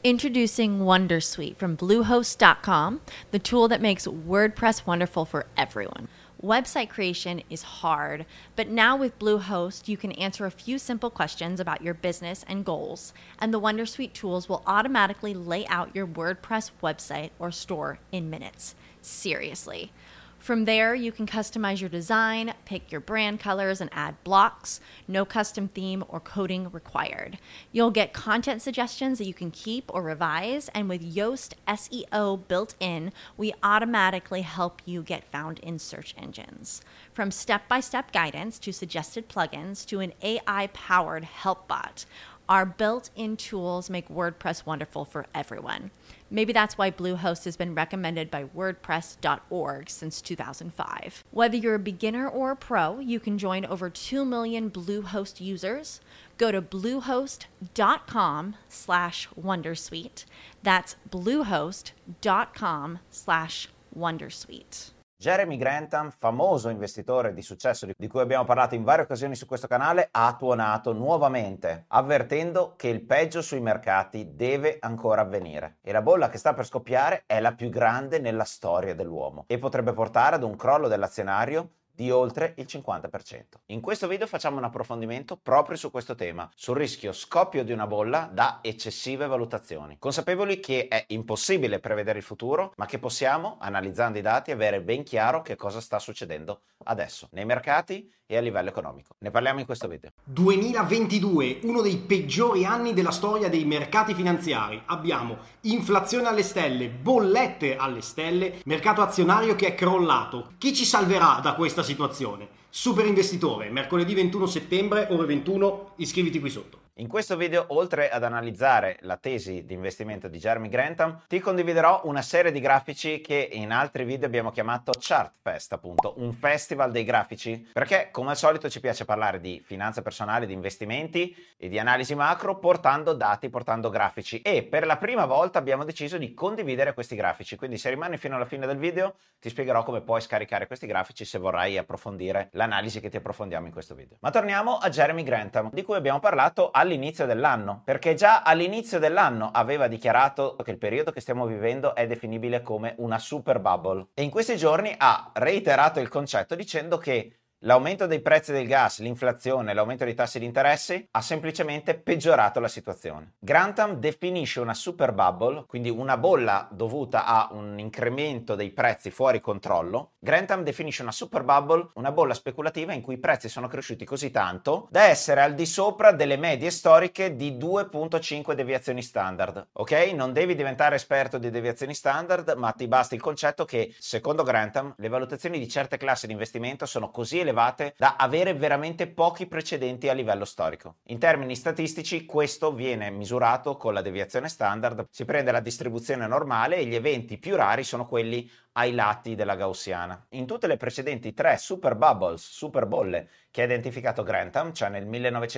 Introducing Wondersuite from Bluehost.com, the tool that makes WordPress wonderful for everyone. Website creation is hard, but now with Bluehost, you can answer a few simple questions about your business and goals, and the Wondersuite tools will automatically lay out your WordPress website or store in minutes. Seriously. From there, you can customize your design, pick your brand colors, and add blocks. No custom theme or coding required. You'll get content suggestions that you can keep or revise, and with Yoast SEO built in, we automatically help you get found in search engines. From step-by-step guidance to suggested plugins to an AI-powered help bot, our built-in tools make WordPress wonderful for everyone. Maybe that's why Bluehost has been recommended by WordPress.org since 2005. Whether you're a beginner or a pro, you can join over 2 million Bluehost users. Go to bluehost.com/wondersuite. That's bluehost.com/wondersuite. Jeremy Grantham, famoso investitore di successo di cui abbiamo parlato in varie occasioni su questo canale, ha tuonato nuovamente, avvertendo che il peggio sui mercati deve ancora avvenire e la bolla che sta per scoppiare è la più grande nella storia dell'uomo e potrebbe portare ad un crollo dell'azionario di oltre il 50%. In questo video facciamo un approfondimento proprio su questo tema, sul rischio scoppio di una bolla da eccessive valutazioni, consapevoli che è impossibile prevedere il futuro, ma che possiamo, analizzando i dati, avere ben chiaro che cosa sta succedendo adesso, nei mercati e a livello economico. Ne parliamo in questo video. 2022, uno dei peggiori anni della storia dei mercati finanziari. Abbiamo inflazione alle stelle, bollette alle stelle, mercato azionario che è crollato. Chi ci salverà da questa situazione? Super Investitore, mercoledì 21 settembre, ore 21, iscriviti qui sotto. In questo video, oltre ad analizzare la tesi di investimento di Jeremy Grantham, ti condividerò una serie di grafici che in altri video abbiamo chiamato Chartfest, appunto, un festival dei grafici, perché come al solito ci piace parlare di finanza personale, di investimenti e di analisi macro portando dati, portando grafici, e per la prima volta abbiamo deciso di condividere questi grafici, quindi se rimani fino alla fine del video ti spiegherò come puoi scaricare questi grafici se vorrai approfondire l'analisi che ti approfondiamo in questo video. Ma torniamo a Jeremy Grantham, di cui abbiamo parlato all'inizio dell'anno, perché già all'inizio dell'anno aveva dichiarato che il periodo che stiamo vivendo è definibile come una super bubble e in questi giorni ha reiterato il concetto dicendo che l'aumento dei prezzi del gas, l'inflazione, l'aumento dei tassi di interesse ha semplicemente peggiorato la situazione. Grantham definisce una super bubble, quindi una bolla dovuta a un incremento dei prezzi fuori controllo. Grantham definisce una super bubble una bolla speculativa in cui i prezzi sono cresciuti così tanto da essere al di sopra delle medie storiche di 2,5 deviazioni standard. Ok? Non devi diventare esperto di deviazioni standard, ma ti basta il concetto che, secondo Grantham, le valutazioni di certe classi di investimento sono così elevate da avere veramente pochi precedenti a livello storico. In termini statistici questo viene misurato con la deviazione standard, si prende la distribuzione normale e gli eventi più rari sono quelli ai lati della gaussiana. In tutte le precedenti 3 super bubbles, super bolle che ha identificato Grantham, cioè nel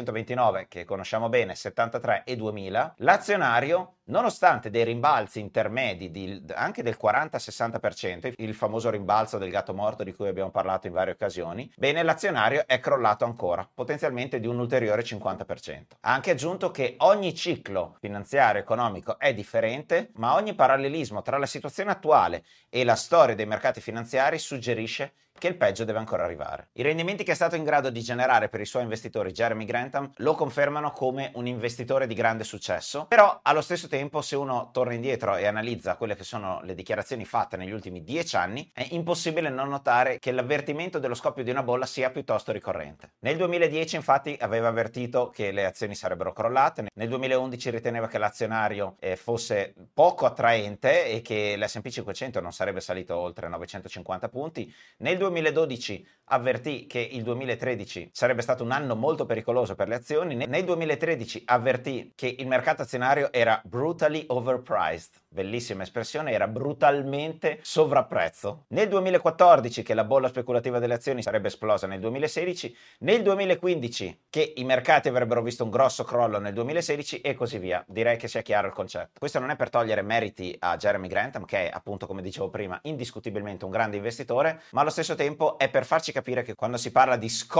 1929 che conosciamo bene, 73 e 2000, l'azionario, nonostante dei rimbalzi intermedi anche del 40-60%, il famoso rimbalzo del gatto morto di cui abbiamo parlato in varie occasioni, bene, l'azionario è crollato ancora, potenzialmente di un ulteriore 50%. Ha anche aggiunto che ogni ciclo finanziario economico è differente, ma ogni parallelismo tra la situazione attuale e la storia dei mercati finanziari suggerisce che il peggio deve ancora arrivare. I rendimenti che è stato in grado di generare per i suoi investitori Jeremy Grantham lo confermano come un investitore di grande successo, però allo stesso tempo se uno torna indietro e analizza quelle che sono le dichiarazioni fatte negli ultimi 10 anni, è impossibile non notare che l'avvertimento dello scoppio di una bolla sia piuttosto ricorrente. Nel 2010 infatti aveva avvertito che le azioni sarebbero crollate, nel 2011 riteneva che l'azionario fosse poco attraente e che l'S&P 500 non sarebbe salito oltre 950 punti, nel 2012 avvertì che il 2013 sarebbe stato un anno molto pericoloso per le azioni, nel 2013 avvertì che il mercato azionario era brutally overpriced, bellissima espressione, era brutalmente sovrapprezzo, nel 2014 che la bolla speculativa delle azioni sarebbe esplosa nel 2016, nel 2015 che i mercati avrebbero visto un grosso crollo nel 2016 e così via. Direi che sia chiaro il concetto. Questo non è per togliere meriti a Jeremy Grantham, che è appunto, come dicevo prima, indiscutibilmente un grande investitore, ma allo stesso tempo è per farci capire che quando si parla di scoppio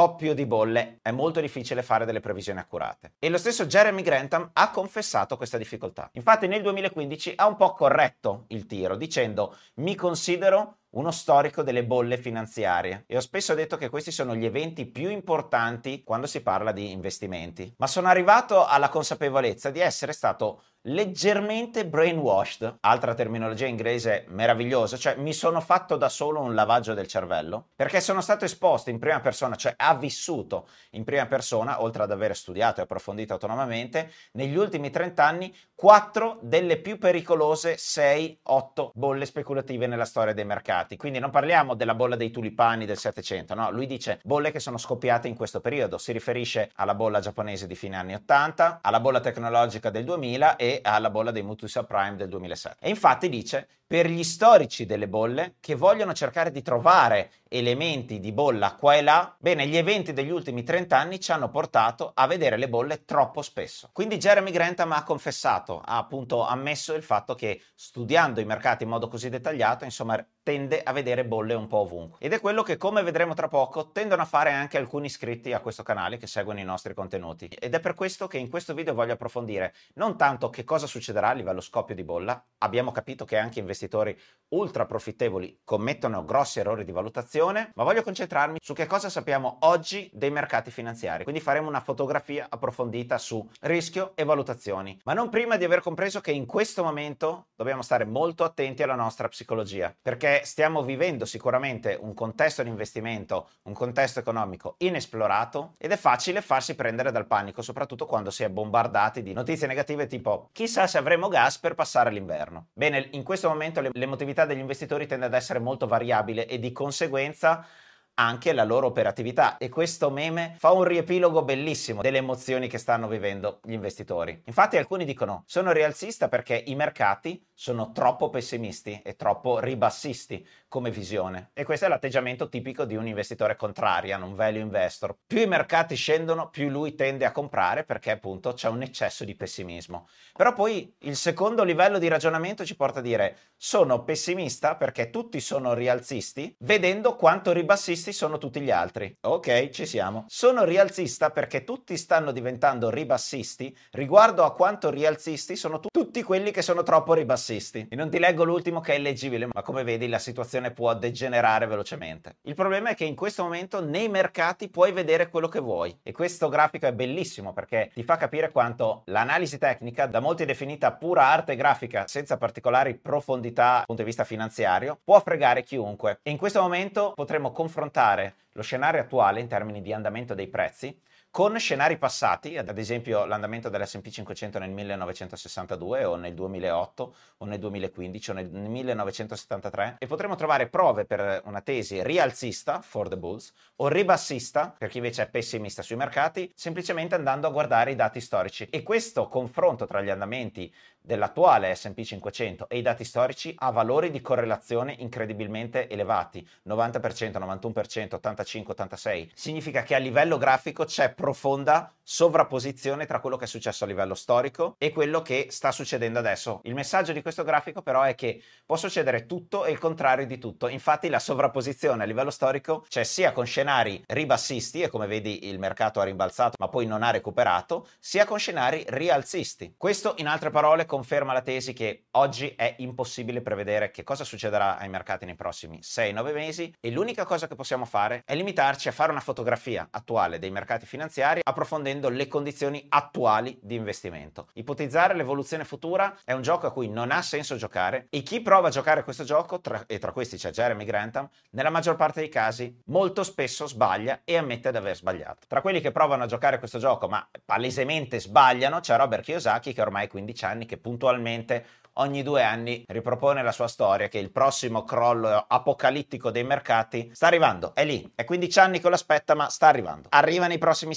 scoppio di bolle è molto difficile fare delle previsioni accurate. E lo stesso Jeremy Grantham ha confessato questa difficoltà. Infatti nel 2015 ha un po' corretto il tiro dicendo: mi considero uno storico delle bolle finanziarie e ho spesso detto che questi sono gli eventi più importanti quando si parla di investimenti, ma sono arrivato alla consapevolezza di essere stato leggermente brainwashed, altra terminologia inglese meravigliosa, cioè mi sono fatto da solo un lavaggio del cervello, perché sono stato esposto in prima persona, cioè ha vissuto in prima persona, oltre ad aver studiato e approfondito autonomamente, negli ultimi 30 anni 4 delle più pericolose 6-8 bolle speculative nella storia dei mercati. Quindi non parliamo della bolla dei tulipani del 700, no, lui dice bolle che sono scoppiate in questo periodo, si riferisce alla bolla giapponese di fine anni 80, alla bolla tecnologica del 2000 e alla bolla dei mutui subprime del 2007. E infatti dice: per gli storici delle bolle che vogliono cercare di trovare elementi di bolla qua e là, bene, gli eventi degli ultimi 30 anni ci hanno portato a vedere le bolle troppo spesso. Quindi Jeremy Grantham ha confessato, ha appunto ammesso il fatto che studiando i mercati in modo così dettagliato, insomma, tende a vedere bolle un po' ovunque. Ed è quello che, come vedremo tra poco, tendono a fare anche alcuni iscritti a questo canale che seguono i nostri contenuti. Ed è per questo che in questo video voglio approfondire non tanto che cosa succederà a livello scoppio di bolla, abbiamo capito che anche investitori ultra profittevoli commettono grossi errori di valutazione, ma voglio concentrarmi su che cosa sappiamo oggi dei mercati finanziari. Quindi faremo una fotografia approfondita su rischio e valutazioni, ma non prima di aver compreso che in questo momento dobbiamo stare molto attenti alla nostra psicologia, perché stiamo vivendo sicuramente un contesto di investimento, un contesto economico inesplorato ed è facile farsi prendere dal panico, soprattutto quando si è bombardati di notizie negative tipo chissà se avremo gas per passare l'inverno. Bene, in questo momento l'emotività degli investitori tende ad essere molto variabile e di conseguenza anche la loro operatività, e questo meme fa un riepilogo bellissimo delle emozioni che stanno vivendo gli investitori. Infatti alcuni dicono: sono rialzista perché i mercati sono troppo pessimisti e troppo ribassisti come visione, e questo è l'atteggiamento tipico di un investitore contrarian, un value investor. Più i mercati scendono, più lui tende a comprare, perché appunto c'è un eccesso di pessimismo. Però poi il secondo livello di ragionamento ci porta a dire: sono pessimista perché tutti sono rialzisti, vedendo quanto ribassisti sono tutti gli altri. Ok, ci siamo. Sono rialzista perché tutti stanno diventando ribassisti riguardo a quanto rialzisti sono tutti quelli che sono troppo ribassisti. E non ti leggo l'ultimo che è illeggibile, ma come vedi la situazione può degenerare velocemente. Il problema è che in questo momento nei mercati puoi vedere quello che vuoi, e questo grafico è bellissimo perché ti fa capire quanto l'analisi tecnica, da molti definita pura arte grafica senza particolari profondità dal punto di vista finanziario, può fregare chiunque. E in questo momento potremo confrontare lo scenario attuale in termini di andamento dei prezzi con scenari passati, ad esempio l'andamento dell'S&P 500 nel 1962 o nel 2008 o nel 2015 o nel 1973, e potremo trovare prove per una tesi rialzista for the bulls o ribassista per chi invece è pessimista sui mercati, semplicemente andando a guardare i dati storici. E questo confronto tra gli andamenti dell'attuale S&P 500 e i dati storici ha valori di correlazione incredibilmente elevati, 90%, 91%, 85%, 86%. Significa che a livello grafico c'è profonda sovrapposizione tra quello che è successo a livello storico e quello che sta succedendo adesso. Il messaggio di questo grafico però è che può succedere tutto e il contrario di tutto. Infatti la sovrapposizione a livello storico c'è sia con scenari ribassisti, e come vedi il mercato ha rimbalzato ma poi non ha recuperato, sia con scenari rialzisti. Questo in altre parole conferma la tesi che oggi è impossibile prevedere che cosa succederà ai mercati nei prossimi 6-9 mesi, e l'unica cosa che possiamo fare è limitarci a fare una fotografia attuale dei mercati finanziari approfondendo le condizioni attuali di investimento. Ipotizzare l'evoluzione futura è un gioco a cui non ha senso giocare, e chi prova a giocare questo gioco, e tra questi c'è Jeremy Grantham, nella maggior parte dei casi molto spesso sbaglia e ammette di aver sbagliato. Tra quelli che provano a giocare questo gioco ma palesemente sbagliano c'è Robert Kiyosaki, che ormai ha 15 anni, che puntualmente ogni 2 anni ripropone la sua storia che il prossimo crollo apocalittico dei mercati sta arrivando, è lì, è 15 anni che lo aspetta ma sta arrivando. Arriva nei prossimi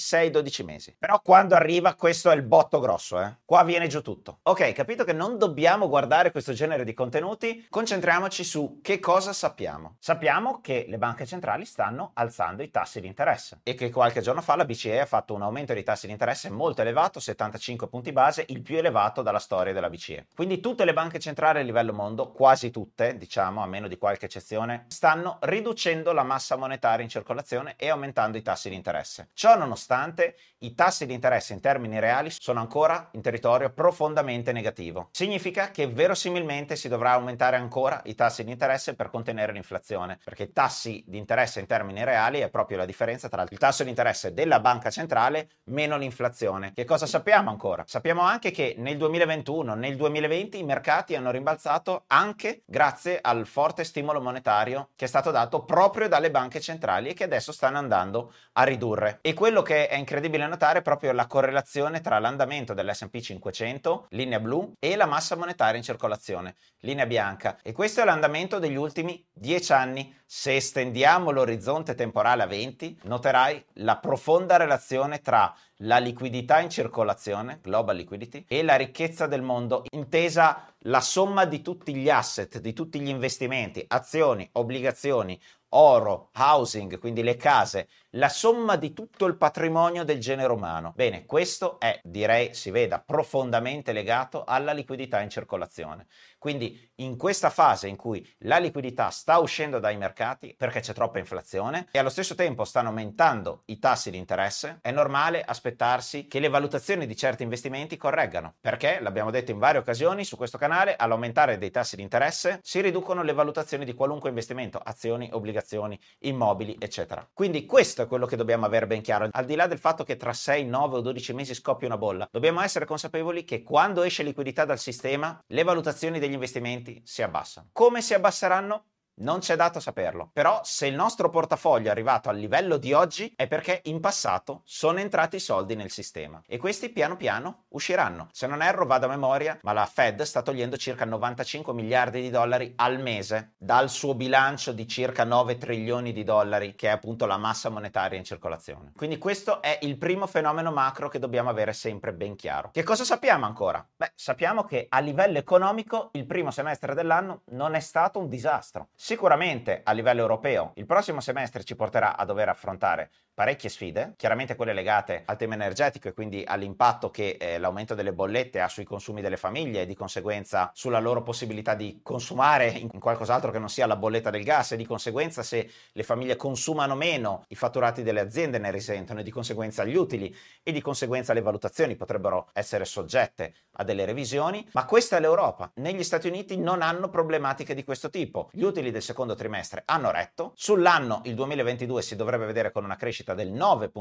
6-12 mesi. Però quando arriva, questo è il botto grosso, qua viene giù tutto. Ok, capito che non dobbiamo guardare questo genere di contenuti, concentriamoci su che cosa sappiamo. Sappiamo che le banche centrali stanno alzando i tassi di interesse e che qualche giorno fa la BCE ha fatto un aumento dei tassi di interesse molto elevato, 75 punti base, il più elevato dalla storia della BCE. Quindi tutte le banche centrali a livello mondo, quasi tutte, diciamo, a meno di qualche eccezione, stanno riducendo la massa monetaria in circolazione e aumentando i tassi di interesse. Ciò nonostante, i tassi di interesse in termini reali sono ancora in territorio profondamente negativo. Significa che verosimilmente si dovrà aumentare ancora i tassi di interesse per contenere l'inflazione, perché i tassi di interesse in termini reali è proprio la differenza tra il tasso di interesse della banca centrale meno l'inflazione. Che cosa sappiamo ancora? Sappiamo anche che nel 2021, nel 2020 i mercati hanno rimbalzato anche grazie al forte stimolo monetario che è stato dato proprio dalle banche centrali e che adesso stanno andando a ridurre. E quello che è incredibile notare è proprio la correlazione tra l'andamento dell'S&P 500, linea blu, e la massa monetaria in circolazione, linea bianca. E questo è l'andamento degli ultimi 10 anni. Se estendiamo l'orizzonte temporale a 20, noterai la profonda relazione tra la liquidità in circolazione, global liquidity, e la ricchezza del mondo, intesa la somma di tutti gli asset, di tutti gli investimenti, azioni, obbligazioni, oro, housing, quindi le case, la somma di tutto il patrimonio del genere umano. Bene, questo è, direi, si veda, profondamente legato alla liquidità in circolazione. Quindi in questa fase in cui la liquidità sta uscendo dai mercati perché c'è troppa inflazione e allo stesso tempo stanno aumentando i tassi di interesse, è normale aspettarsi che le valutazioni di certi investimenti correggano, perché, l'abbiamo detto in varie occasioni su questo canale, all'aumentare dei tassi di interesse si riducono le valutazioni di qualunque investimento, azioni, obbligazioni, immobili, eccetera. Quindi questo è quello che dobbiamo avere ben chiaro. Al di là del fatto che tra 6, 9 o 12 mesi scoppia una bolla, dobbiamo essere consapevoli che quando esce liquidità dal sistema, le valutazioni degli investimenti si abbassano. Come si abbasseranno? Non c'è dato saperlo, però se il nostro portafoglio è arrivato al livello di oggi è perché in passato sono entrati soldi nel sistema e questi piano piano usciranno. Se non erro, vado a memoria, ma la Fed sta togliendo circa 95 miliardi di dollari al mese dal suo bilancio di circa 9 trilioni di dollari, che è appunto la massa monetaria in circolazione. Quindi questo è il primo fenomeno macro che dobbiamo avere sempre ben chiaro. Che cosa sappiamo ancora? Beh, sappiamo che a livello economico il primo semestre dell'anno non è stato un disastro. Sicuramente a livello europeo il prossimo semestre ci porterà a dover affrontare parecchie sfide, chiaramente quelle legate al tema energetico e quindi all'impatto che l'aumento delle bollette ha sui consumi delle famiglie e di conseguenza sulla loro possibilità di consumare in qualcos'altro che non sia la bolletta del gas, e di conseguenza se le famiglie consumano meno i fatturati delle aziende ne risentono e di conseguenza gli utili e di conseguenza le valutazioni potrebbero essere soggette a delle revisioni. Ma questa è l'Europa. Negli Stati Uniti non hanno problematiche di questo tipo. Gli utili del secondo trimestre hanno retto. Sull'anno il 2022 si dovrebbe vedere con una crescita del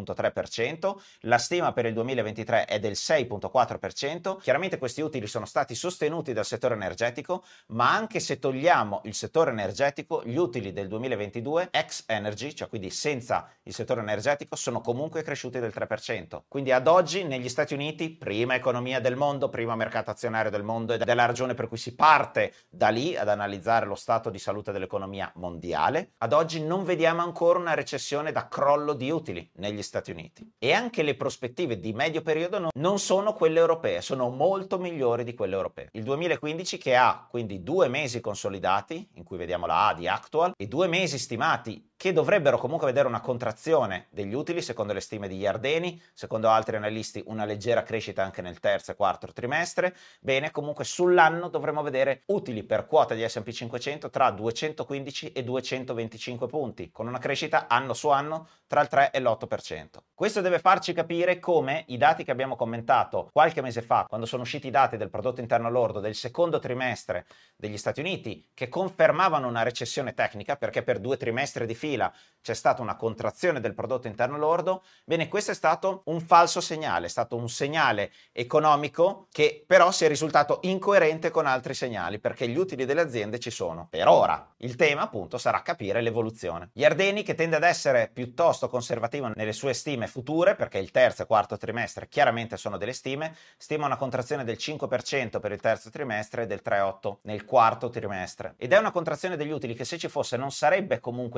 9,3%, la stima per il 2023 è del 6,4%. Chiaramente questi utili sono stati sostenuti dal settore energetico, ma anche se togliamo il settore energetico, gli utili del 2022 ex energy, cioè quindi senza il settore energetico, sono comunque cresciuti del 3%. Quindi ad oggi negli Stati Uniti, prima economia del mondo, prima mercato azionario del mondo, ed è la ragione per cui si parte da lì ad analizzare lo stato di salute dell'economia mondiale, ad oggi non vediamo ancora una recessione da crollo di utili negli Stati Uniti. E anche le prospettive di medio periodo non sono quelle europee, sono molto migliori di quelle europee. Il 2015, che ha quindi 2 mesi consolidati, in cui vediamo la A di Actual, e 2 mesi stimati che dovrebbero comunque vedere una contrazione degli utili, secondo le stime di Yardeni, secondo altri analisti una leggera crescita anche nel terzo e quarto trimestre. Bene, comunque sull'anno dovremo vedere utili per quota di S&P 500 tra 215 e 225 punti, con una crescita anno su anno tra il 3 e l'8%. Questo deve farci capire come i dati che abbiamo commentato qualche mese fa, quando sono usciti i dati del prodotto interno lordo del secondo trimestre degli Stati Uniti, che confermavano una recessione tecnica, perché per 2 trimestri di fila c'è stata una contrazione del prodotto interno lordo. Bene, questo è stato un falso segnale, è stato un segnale economico che però si è risultato incoerente con altri segnali, perché gli utili delle aziende ci sono. Per ora il tema appunto sarà capire l'evoluzione. Yardeni, che tende ad essere piuttosto conservativo nelle sue stime future, perché il terzo e quarto trimestre chiaramente sono delle stime, stima una contrazione del 5% per il terzo trimestre e del 3,8% nel quarto trimestre. Ed è una contrazione degli utili che, se ci fosse, non sarebbe comunque da recessione,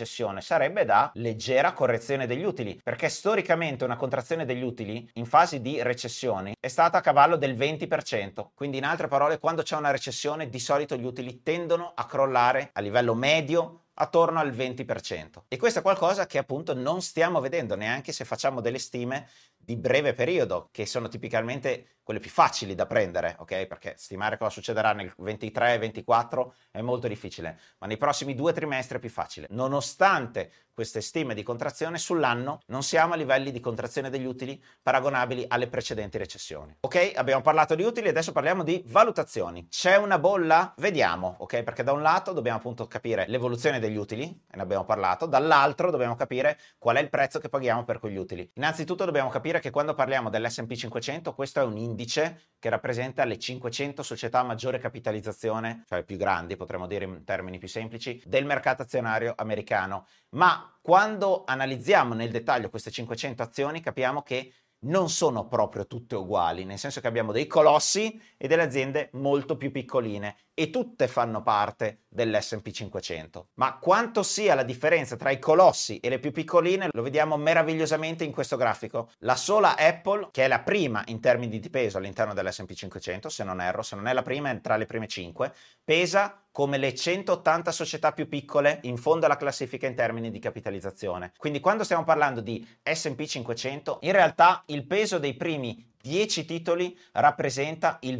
recessione? Sarebbe da leggera correzione degli utili, perché storicamente una contrazione degli utili in fasi di recessioni è stata a cavallo del 20%, quindi in altre parole quando c'è una recessione di solito gli utili tendono a crollare a livello medio attorno al 20%, e questo è qualcosa che appunto non stiamo vedendo neanche se facciamo delle stime di breve periodo, che sono tipicamente quelle più facili da prendere, ok? Perché stimare cosa succederà nel 23-24 è molto difficile, ma nei prossimi 2 trimestri è più facile. Nonostante queste stime di contrazione sull'anno, non siamo a livelli di contrazione degli utili paragonabili alle precedenti recessioni. Ok, abbiamo parlato di utili, adesso parliamo di valutazioni. C'è una bolla? Vediamo, ok? Perché da un lato dobbiamo appunto capire l'evoluzione degli utili, e ne abbiamo parlato, dall'altro dobbiamo capire qual è il prezzo che paghiamo per quegli utili. Innanzitutto dobbiamo capire che quando parliamo dell'S&P 500, questo è un indice che rappresenta le 500 società a maggiore capitalizzazione, cioè più grandi, potremmo dire in termini più semplici, del mercato azionario americano. Ma quando analizziamo nel dettaglio queste 500 azioni, capiamo che non sono proprio tutte uguali, nel senso che abbiamo dei colossi e delle aziende molto più piccoline, e tutte fanno parte dell'S&P 500. Ma quanto sia la differenza tra i colossi e le più piccoline lo vediamo meravigliosamente in questo grafico. La sola Apple, che è la prima in termini di peso all'interno dell'S&P 500, se non erro, se non è la prima è tra le prime 5, pesa come le 180 società più piccole in fondo alla classifica in termini di capitalizzazione. Quindi quando stiamo parlando di S&P 500, in realtà il peso dei primi 10 titoli rappresenta il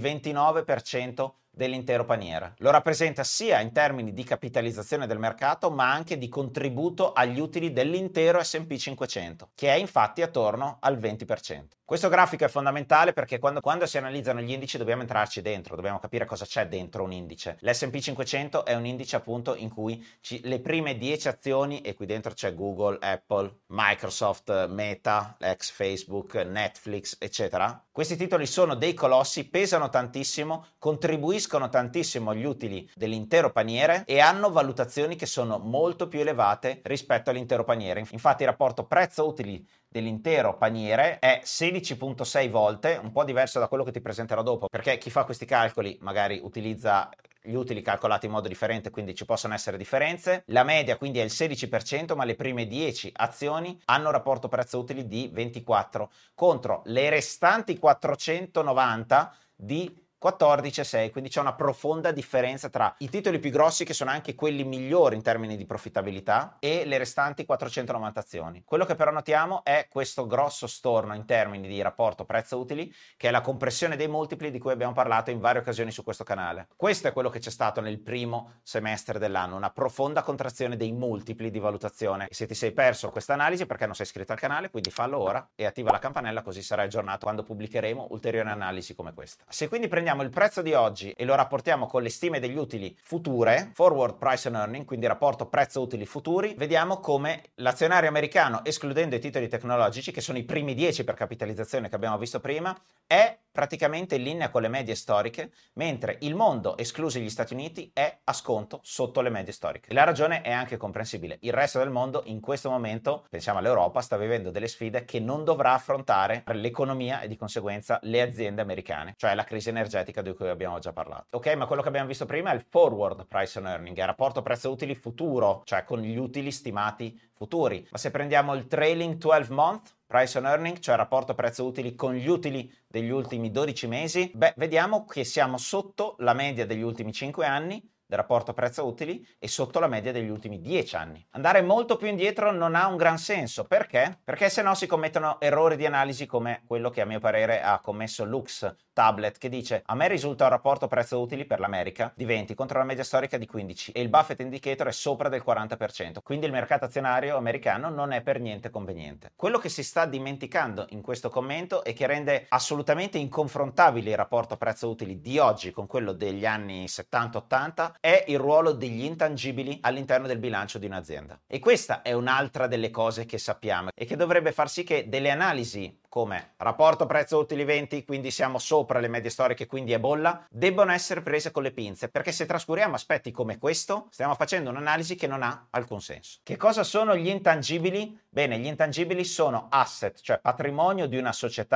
29% dell'intero paniere. Lo rappresenta sia in termini di capitalizzazione del mercato, ma anche di contributo agli utili dell'intero S&P 500, che è infatti attorno al 20%. Questo grafico è fondamentale perché quando si analizzano gli indici dobbiamo entrarci dentro, dobbiamo capire cosa c'è dentro un indice. L'S&P 500 è un indice appunto in cui le prime 10 azioni, e qui dentro c'è Google, Apple, Microsoft, Meta, ex Facebook, Netflix, eccetera. Questi titoli sono dei colossi, pesano tantissimo, contribuiscono tantissimo agli utili dell'intero paniere e hanno valutazioni che sono molto più elevate rispetto all'intero paniere. Infatti il rapporto prezzo-utili dell'intero paniere è 16,6 volte, un po' diverso da quello che ti presenterò dopo, perché chi fa questi calcoli magari utilizza gli utili calcolati in modo differente, quindi ci possono essere differenze. La media quindi è il 16%, ma le prime 10 azioni hanno un rapporto prezzo-utili di 24 contro le restanti 490 di 14,6, quindi c'è una profonda differenza tra i titoli più grossi, che sono anche quelli migliori in termini di profittabilità, e le restanti 490 azioni. Quello che però notiamo è questo grosso storno in termini di rapporto prezzo-utili, che è la compressione dei multipli di cui abbiamo parlato in varie occasioni su questo canale. Questo è quello che c'è stato nel primo semestre dell'anno, una profonda contrazione dei multipli di valutazione. E se ti sei perso questa analisi perché non sei iscritto al canale, quindi fallo ora e attiva la campanella, così sarai aggiornato quando pubblicheremo ulteriori analisi come questa. Se quindi prendiamo il prezzo di oggi e lo rapportiamo con le stime degli utili future, forward price and earning, quindi rapporto prezzo-utili futuri, vediamo come l'azionario americano, escludendo i titoli tecnologici, che sono i primi 10 per capitalizzazione che abbiamo visto prima, è praticamente in linea con le medie storiche, mentre il mondo, esclusi gli Stati Uniti, è a sconto sotto le medie storiche. La ragione è anche comprensibile. Il resto del mondo in questo momento, pensiamo all'Europa, sta vivendo delle sfide che non dovrà affrontare l'economia e di conseguenza le aziende americane, cioè la crisi energetica di cui abbiamo già parlato. Ok, ma quello che abbiamo visto prima è il forward price and earning, è il rapporto prezzo-utili futuro, cioè con gli utili stimati futuri. Ma se prendiamo il trailing 12 month price and earning, cioè rapporto prezzo-utili con gli utili degli ultimi 12 mesi, vediamo che siamo sotto la media degli ultimi 5 anni del rapporto prezzo-utili e sotto la media degli ultimi 10 anni. Andare molto più indietro non ha un gran senso. Perché? Perché se no si commettono errori di analisi come quello che a mio parere ha commesso Lux Tablet, che dice: a me risulta un rapporto prezzo-utili per l'America di 20 contro la media storica di 15 e il Buffett Indicator è sopra del 40%, quindi il mercato azionario americano non è per niente conveniente. Quello che si sta dimenticando in questo commento e che rende assolutamente inconfrontabile il rapporto prezzo-utili di oggi con quello degli anni 70-80 è il ruolo degli intangibili all'interno del bilancio di un'azienda. E questa è un'altra delle cose che sappiamo e che dovrebbe far sì che delle analisi come rapporto prezzo-utili 20, quindi siamo sopra le medie storiche, quindi è bolla, debbano essere prese con le pinze, perché se trascuriamo aspetti come questo, stiamo facendo un'analisi che non ha alcun senso. Che cosa sono gli intangibili? Bene, gli intangibili sono asset, cioè patrimonio di una società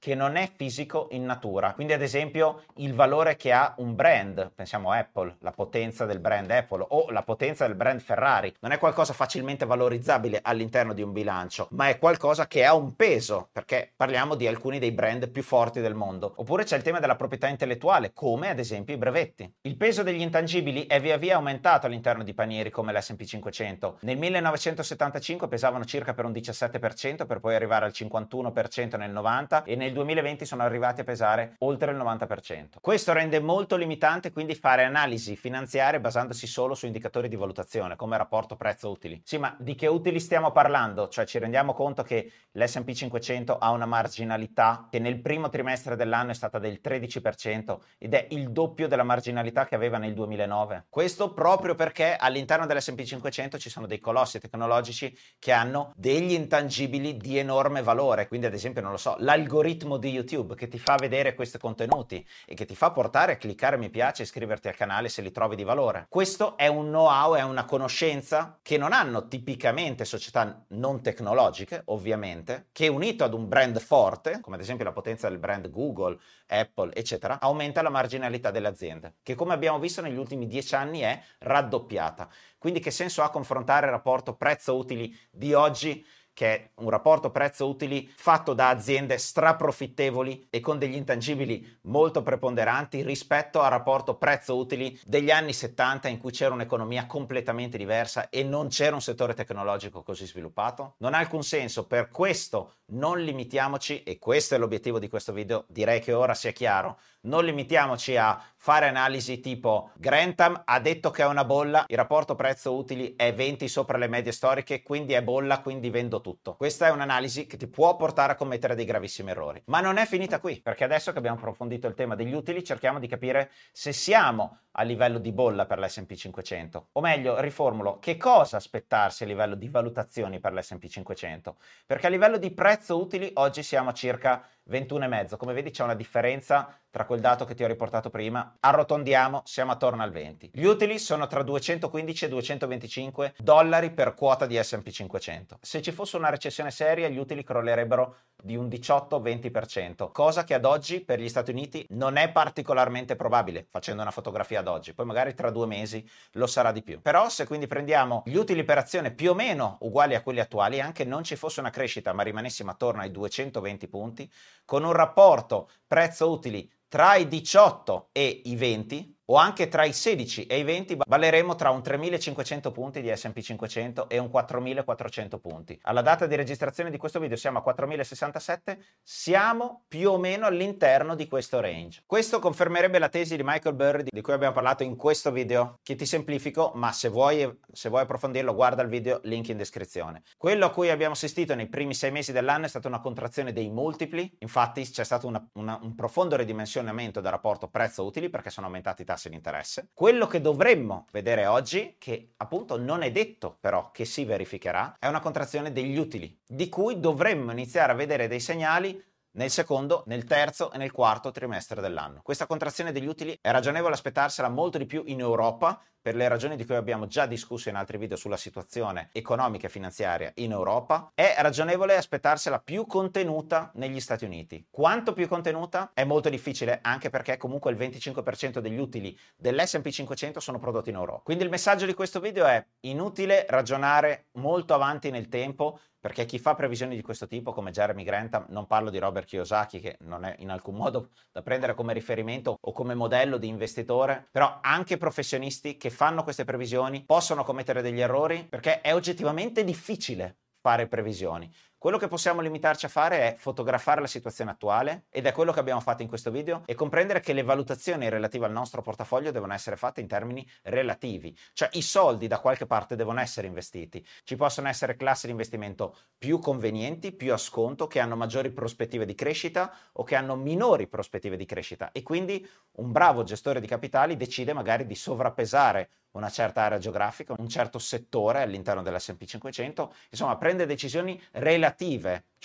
che non è fisico in natura. Quindi ad esempio il valore che ha un brand, pensiamo a Apple, la potenza del brand Apple o la potenza del brand Ferrari, non è qualcosa facilmente valorizzabile all'interno di un bilancio, ma è qualcosa che ha un peso, perché parliamo di alcuni dei brand più forti del mondo. Oppure c'è il tema della proprietà intellettuale, come ad esempio i brevetti. Il peso degli intangibili è via via aumentato all'interno di panieri come l'S&P 500. Nel 1975 pesavano circa per un 17%, per poi arrivare al 51% nel 90 e nel 2020 sono arrivati a pesare oltre il 90%. Questo rende molto limitante quindi fare analisi finanziarie basandosi solo su indicatori di valutazione come rapporto prezzo-utili. Sì, ma di che utili stiamo parlando? Cioè ci rendiamo conto che l'S&P 500 ha una marginalità che nel primo trimestre dell'anno è stata del 13% ed è il doppio della marginalità che aveva nel 2009. Questo proprio perché all'interno dell'S&P 500 ci sono dei colossi tecnologici che hanno degli intangibili di enorme valore, quindi ad esempio, non lo so, l'algoritmo di YouTube che ti fa vedere questi contenuti e che ti fa portare a cliccare mi piace e iscriverti al canale se li trovi di valore. Questo è un know-how, è una conoscenza che non hanno tipicamente società non tecnologiche, ovviamente, che unito ad un brand forte, come ad esempio la potenza del brand Google, Apple, eccetera, aumenta la marginalità delle aziende, che come abbiamo visto negli ultimi 10 anni è raddoppiata. Quindi che senso ha confrontare il rapporto prezzo-utili di oggi, che è un rapporto prezzo-utili fatto da aziende straprofittevoli e con degli intangibili molto preponderanti rispetto al rapporto prezzo-utili degli anni 70, in cui c'era un'economia completamente diversa e non c'era un settore tecnologico così sviluppato? Non ha alcun senso, per questo non limitiamoci, e questo è l'obiettivo di questo video, direi che ora sia chiaro, non limitiamoci a fare analisi tipo Grantham ha detto che è una bolla, il rapporto prezzo-utili è 20 sopra le medie storiche, quindi è bolla, quindi vendo tutto. Questa è un'analisi che ti può portare a commettere dei gravissimi errori. Ma non è finita qui, perché adesso che abbiamo approfondito il tema degli utili, cerchiamo di capire se siamo a livello di bolla per l'S&P 500. O meglio, riformulo, che cosa aspettarsi a livello di valutazioni per l'S&P 500? Perché a livello di prezzo-utili oggi siamo a circa 21,5. Come vedi c'è una differenza tra quel dato che ti ho riportato prima. Arrotondiamo, siamo attorno al 20. Gli utili sono tra 215 e 225 dollari per quota di S&P 500. Se ci fosse una recessione seria, gli utili crollerebbero di un 18-20%, cosa che ad oggi per gli Stati Uniti non è particolarmente probabile, facendo una fotografia ad oggi. Poi magari tra 2 mesi lo sarà di più. Però se quindi prendiamo gli utili per azione più o meno uguali a quelli attuali, anche non ci fosse una crescita, ma rimanessimo attorno ai 220 punti, con un rapporto prezzo-utili tra i 18 e i 20, o anche tra i 16 e i 20, valeremo tra un 3.500 punti di S&P 500 e un 4.400 punti. Alla data di registrazione di questo video siamo a 4.067, siamo più o meno all'interno di questo range. Questo confermerebbe la tesi di Michael Burry di cui abbiamo parlato in questo video, che ti semplifico, ma se vuoi approfondirlo, guarda il video, link in descrizione. Quello a cui abbiamo assistito nei primi 6 mesi dell'anno è stata una contrazione dei multipli, infatti c'è stato un profondo ridimensionamento del rapporto prezzo-utili perché sono aumentati i tassi di interesse. Quello che dovremmo vedere oggi, che appunto non è detto però che si verificherà, è una contrazione degli utili, di cui dovremmo iniziare a vedere dei segnali nel secondo, nel terzo e nel quarto trimestre dell'anno. Questa contrazione degli utili è ragionevole aspettarsela molto di più in Europa, per le ragioni di cui abbiamo già discusso in altri video sulla situazione economica e finanziaria in Europa. È ragionevole aspettarsela più contenuta negli Stati Uniti. Quanto più contenuta? È molto difficile, anche perché comunque il 25% degli utili dell'S&P 500 sono prodotti in Europa. Quindi il messaggio di questo video è: inutile ragionare molto avanti nel tempo, perché chi fa previsioni di questo tipo, come Jeremy Grantham, non parlo di Robert Kiyosaki, che non è in alcun modo da prendere come riferimento o come modello di investitore, però anche professionisti che fanno queste previsioni possono commettere degli errori, perché è oggettivamente difficile fare previsioni. Quello che possiamo limitarci a fare è fotografare la situazione attuale, ed è quello che abbiamo fatto in questo video, e comprendere che le valutazioni relative al nostro portafoglio devono essere fatte in termini relativi, cioè i soldi da qualche parte devono essere investiti. Ci possono essere classi di investimento più convenienti, più a sconto, che hanno maggiori prospettive di crescita o che hanno minori prospettive di crescita, e quindi un bravo gestore di capitali decide magari di sovrappesare una certa area geografica, un certo settore all'interno dell'S&P 500, insomma prende decisioni relative,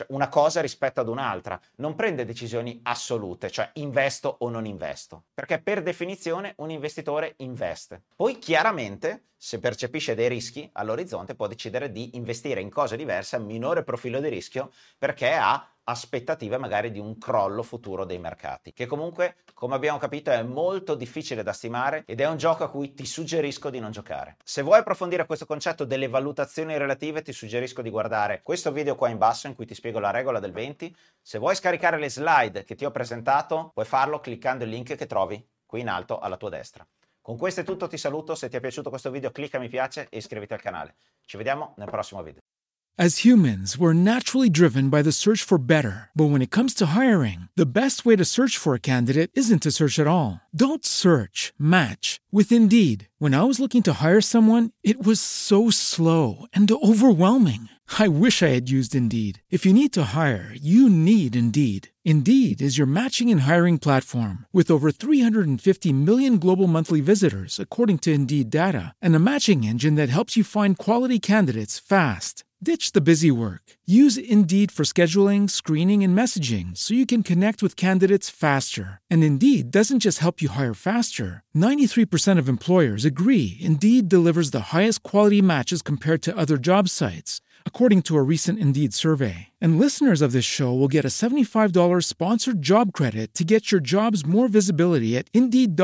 cioè una cosa rispetto ad un'altra, non prende decisioni assolute, cioè investo o non investo, perché per definizione un investitore investe. Poi chiaramente, se percepisce dei rischi all'orizzonte, può decidere di investire in cose diverse a minore profilo di rischio perché ha aspettative magari di un crollo futuro dei mercati, che comunque, come abbiamo capito, è molto difficile da stimare ed è un gioco a cui ti suggerisco di non giocare. Se vuoi approfondire questo concetto delle valutazioni relative, ti suggerisco di guardare questo video qua in basso in cui ti spiego la regola del 20. Se vuoi scaricare le slide che ti ho presentato, puoi farlo cliccando il link che trovi qui in alto alla tua destra. Con questo è tutto, ti saluto. Se ti è piaciuto questo video clicca mi piace e iscriviti al canale. Ci vediamo nel prossimo video. As humans, we're naturally driven by the search for better. But when it comes to hiring, the best way to search for a candidate isn't to search at all. Don't search, match with Indeed. When I was looking to hire someone, it was so slow and overwhelming. I wish I had used Indeed. If you need to hire, you need Indeed. Indeed is your matching and hiring platform with over 350 million global monthly visitors, according to Indeed data, and a matching engine that helps you find quality candidates fast. Ditch the busy work. Use Indeed for scheduling, screening, and messaging so you can connect with candidates faster. And Indeed doesn't just help you hire faster. 93% of employers agree Indeed delivers the highest quality matches compared to other job sites, according to a recent Indeed survey. And listeners of this show will get a $75 sponsored job credit to get your jobs more visibility at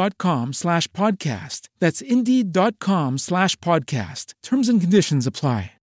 Indeed.com/podcast. That's Indeed.com/podcast. Terms and conditions apply.